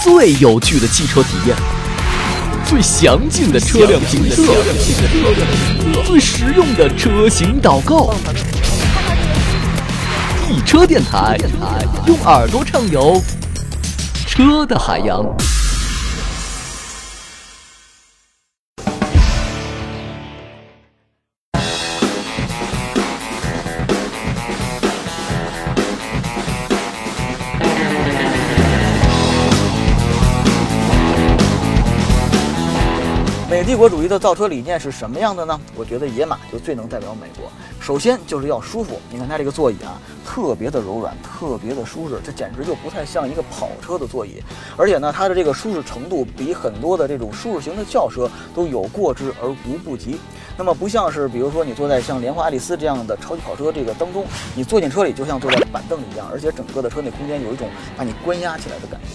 最有趣的汽车体验，最详尽的车辆评测，最实用的车型导购。易车电台，用耳朵畅游车的海洋。 美帝国主义的造车理念是什么样的呢？我觉得野马就最能代表美国。首先就是要舒服，你看它这个座椅啊，特别的柔软，特别的舒适，这简直就不太像一个跑车的座椅。而且呢，它的这个舒适程度比很多的这种舒适型的轿车都有过之而无不及。那么不像是比如说你坐在像莲花爱丽丝这样的超级跑车这个当中，你坐进车里就像坐在板凳里一样，而且整个的车内空间有一种把你关压起来的感觉。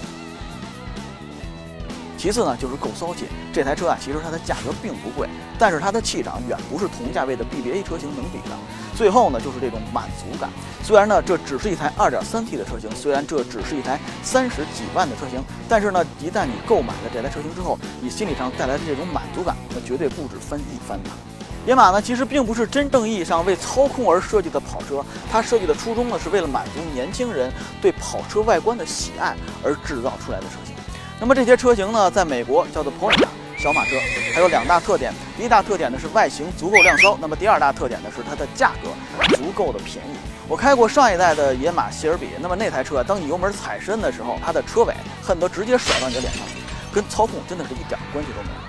其次呢，就是够骚气。这台车啊，其实它的价格并不贵，但是它的气场远不是同价位的 BBA 车型能比的。最后呢，就是这种满足感。虽然呢，这只是一台 2.3T 的车型，虽然这只是一台30几万的车型，但是呢，一旦你购买了这台车型之后，你心理上带来的这种满足感，那绝对不止翻一番的。野马呢，其实并不是真正意义上为操控而设计的跑车，它设计的初衷呢，是为了满足年轻人对跑车外观的喜爱而制造出来的车型。那么这些车型呢，在美国叫做 Pony 小马车，还有2大特点。第一大特点呢是外形足够亮骚，那么第2大特点呢是它的价格足够的便宜。我开过上一代的野马谢尔比，那么那台车当你油门踩深的时候，它的车尾恨不得直接甩到你的脸上，跟操控真的是一点关系都没有。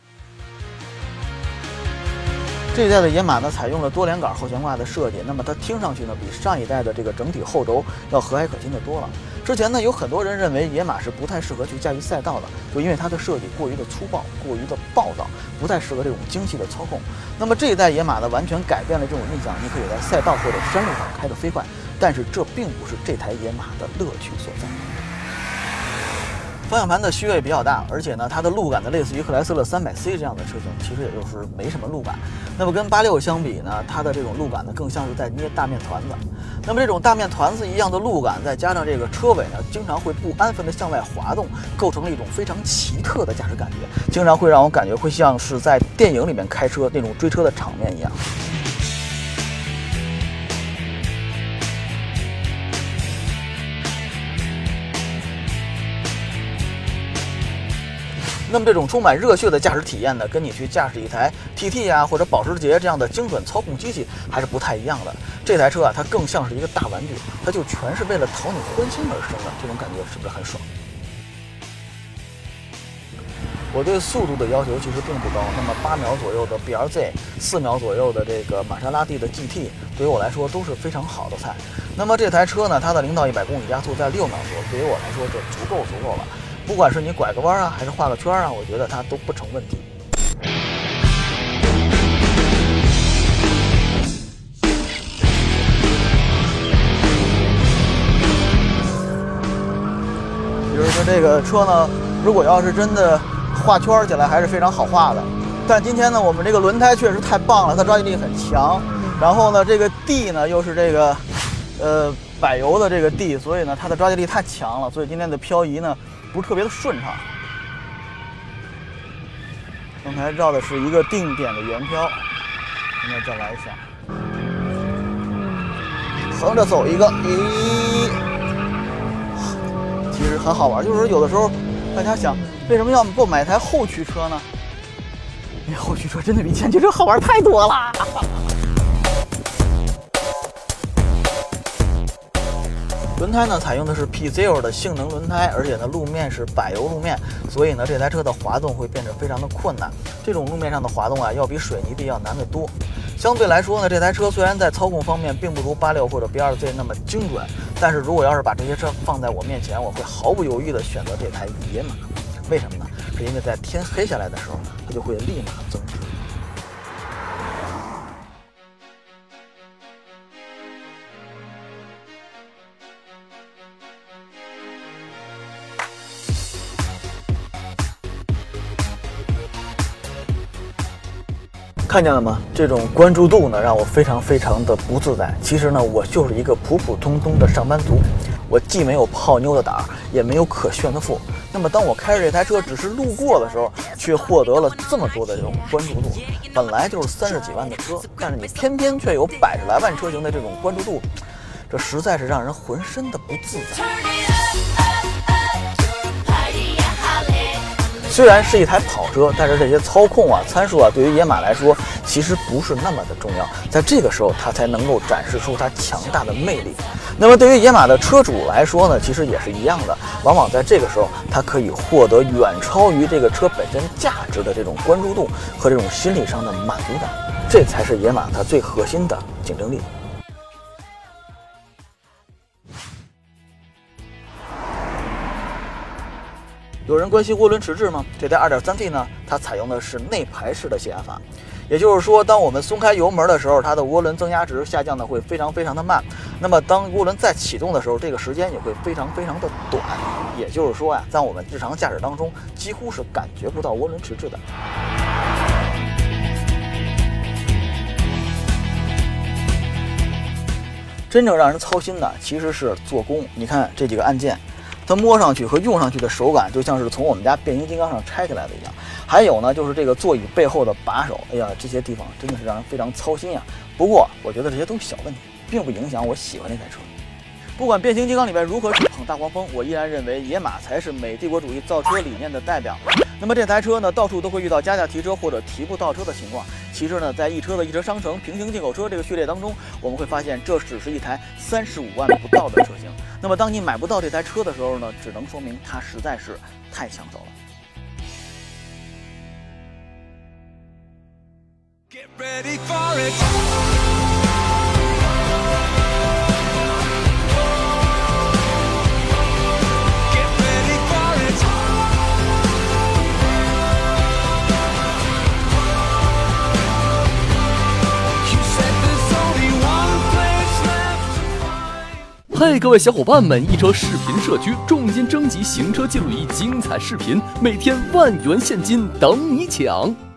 这一代的野马呢，采用了多连杆后悬挂的设计，那么它听上去呢，比上一代的这个整体后轴要和蔼可亲的多了。之前呢，有很多人认为野马是不太适合去驾驭赛道的，就因为它的设计过于的粗暴、过于的暴躁，不太适合这种精细的操控。那么这一代野马呢，完全改变了这种印象，你可以在赛道或者山路上开得飞快，但是这并不是这台野马的乐趣所在。方向盘的虚位比较大，而且呢，它的路感呢类似于克莱斯勒300C 这样的车型，其实也就是没什么路感。那么跟86相比呢，它的这种路感呢更像是在捏大面团子。那么这种大面团子一样的路感，再加上这个车尾呢经常会不安分地向外滑动，构成了一种非常奇特的驾驶感觉，经常会让我感觉会像是在电影里面开车那种追车的场面一样。那么这种充满热血的驾驶体验呢，跟你去驾驶一台 TT 啊或者保时捷这样的精准操控机器还是不太一样的。这台车啊，它更像是一个大玩具，它就全是为了讨你欢心而生的，这种感觉是不是很爽？我对速度的要求其实并不高，那么8秒左右的 BRZ， 4秒左右的这个玛莎拉蒂的 GT， 对于我来说都是非常好的菜。那么这台车呢，它的0到100公里加速在6秒多，对于我来说这足够了。不管是你拐个弯啊，还是画个圈啊，我觉得它都不成问题。就是说这个车呢，如果要是真的画圈起来，还是非常好画的。但今天呢，我们这个轮胎确实太棒了，它抓地力很强。然后呢，这个地呢又是这个柏油的这个地，所以呢它的抓地力太强了，所以今天的漂移呢不是特别的顺畅。刚才绕的是一个定点的圆漂，现在再来一下，横着走一个，其实很好玩。就是有的时候大家想，为什么要买一台后驱车呢？因为后驱车真的比前驱车好玩太多了。轮胎呢，采用的是 P0 的性能轮胎，而且呢，路面是柏油路面，所以呢，这台车的滑动会变得非常的困难。这种路面上的滑动啊，要比水泥地要难得多。相对来说呢，这台车虽然在操控方面并不如86或者 BRZ 那么精准，但是如果要是把这些车放在我面前，我会毫不犹豫地选择这台野马。为什么呢？是因为在天黑下来的时候，它就会立马增值。看见了吗？这种关注度呢，让我非常的不自在。其实呢，我就是一个普普通通的上班族，我既没有泡妞的胆儿， 也没有可炫的富。那么当我开着这台车只是路过的时候，却获得了这么多的这种关注度。本来就是30几万的车，但是你偏偏却有100来万车型的这种关注度，这实在是让人浑身的不自在。虽然是一台跑车，但是这些操控啊、参数啊，对于野马来说其实不是那么的重要。在这个时候，它才能够展示出它强大的魅力。那么对于野马的车主来说呢，其实也是一样的。往往在这个时候，它可以获得远超于这个车本身价值的这种关注度和这种心理上的满足感，这才是野马它最核心的竞争力。有人关心涡轮迟滞吗？这台 2.3T 呢，它采用的是内排式的泄压法，也就是说，当我们松开油门的时候，它的涡轮增压值下降的会非常的慢。那么当涡轮再启动的时候，这个时间也会非常的短。也就是说呀，在我们日常驾驶当中，几乎是感觉不到涡轮迟滞的。真正让人操心的其实是做工。你看这几个按键，它摸上去和用上去的手感就像是从我们家变形金刚上拆下来的一样。还有呢，就是这个座椅背后的把手，哎呀，这些地方真的是让人非常操心呀。不过我觉得这些都是小问题，并不影响我喜欢这台车。不管变形金刚里面如何去捧大黄蜂，我依然认为野马才是美帝国主义造车理念的代表。那么这台车呢，到处都会遇到加价提车或者提不到车的情况。其实呢，在一车的一车商城平行进口车这个序列当中，我们会发现这只是一台35万不到的车型。那么当你买不到这台车的时候呢，只能说明它实在是太抢手了。Get ready for it. .嘿，各位小伙伴们！一车视频社区重金征集行车记录仪精彩视频，每天1万元现金等你抢！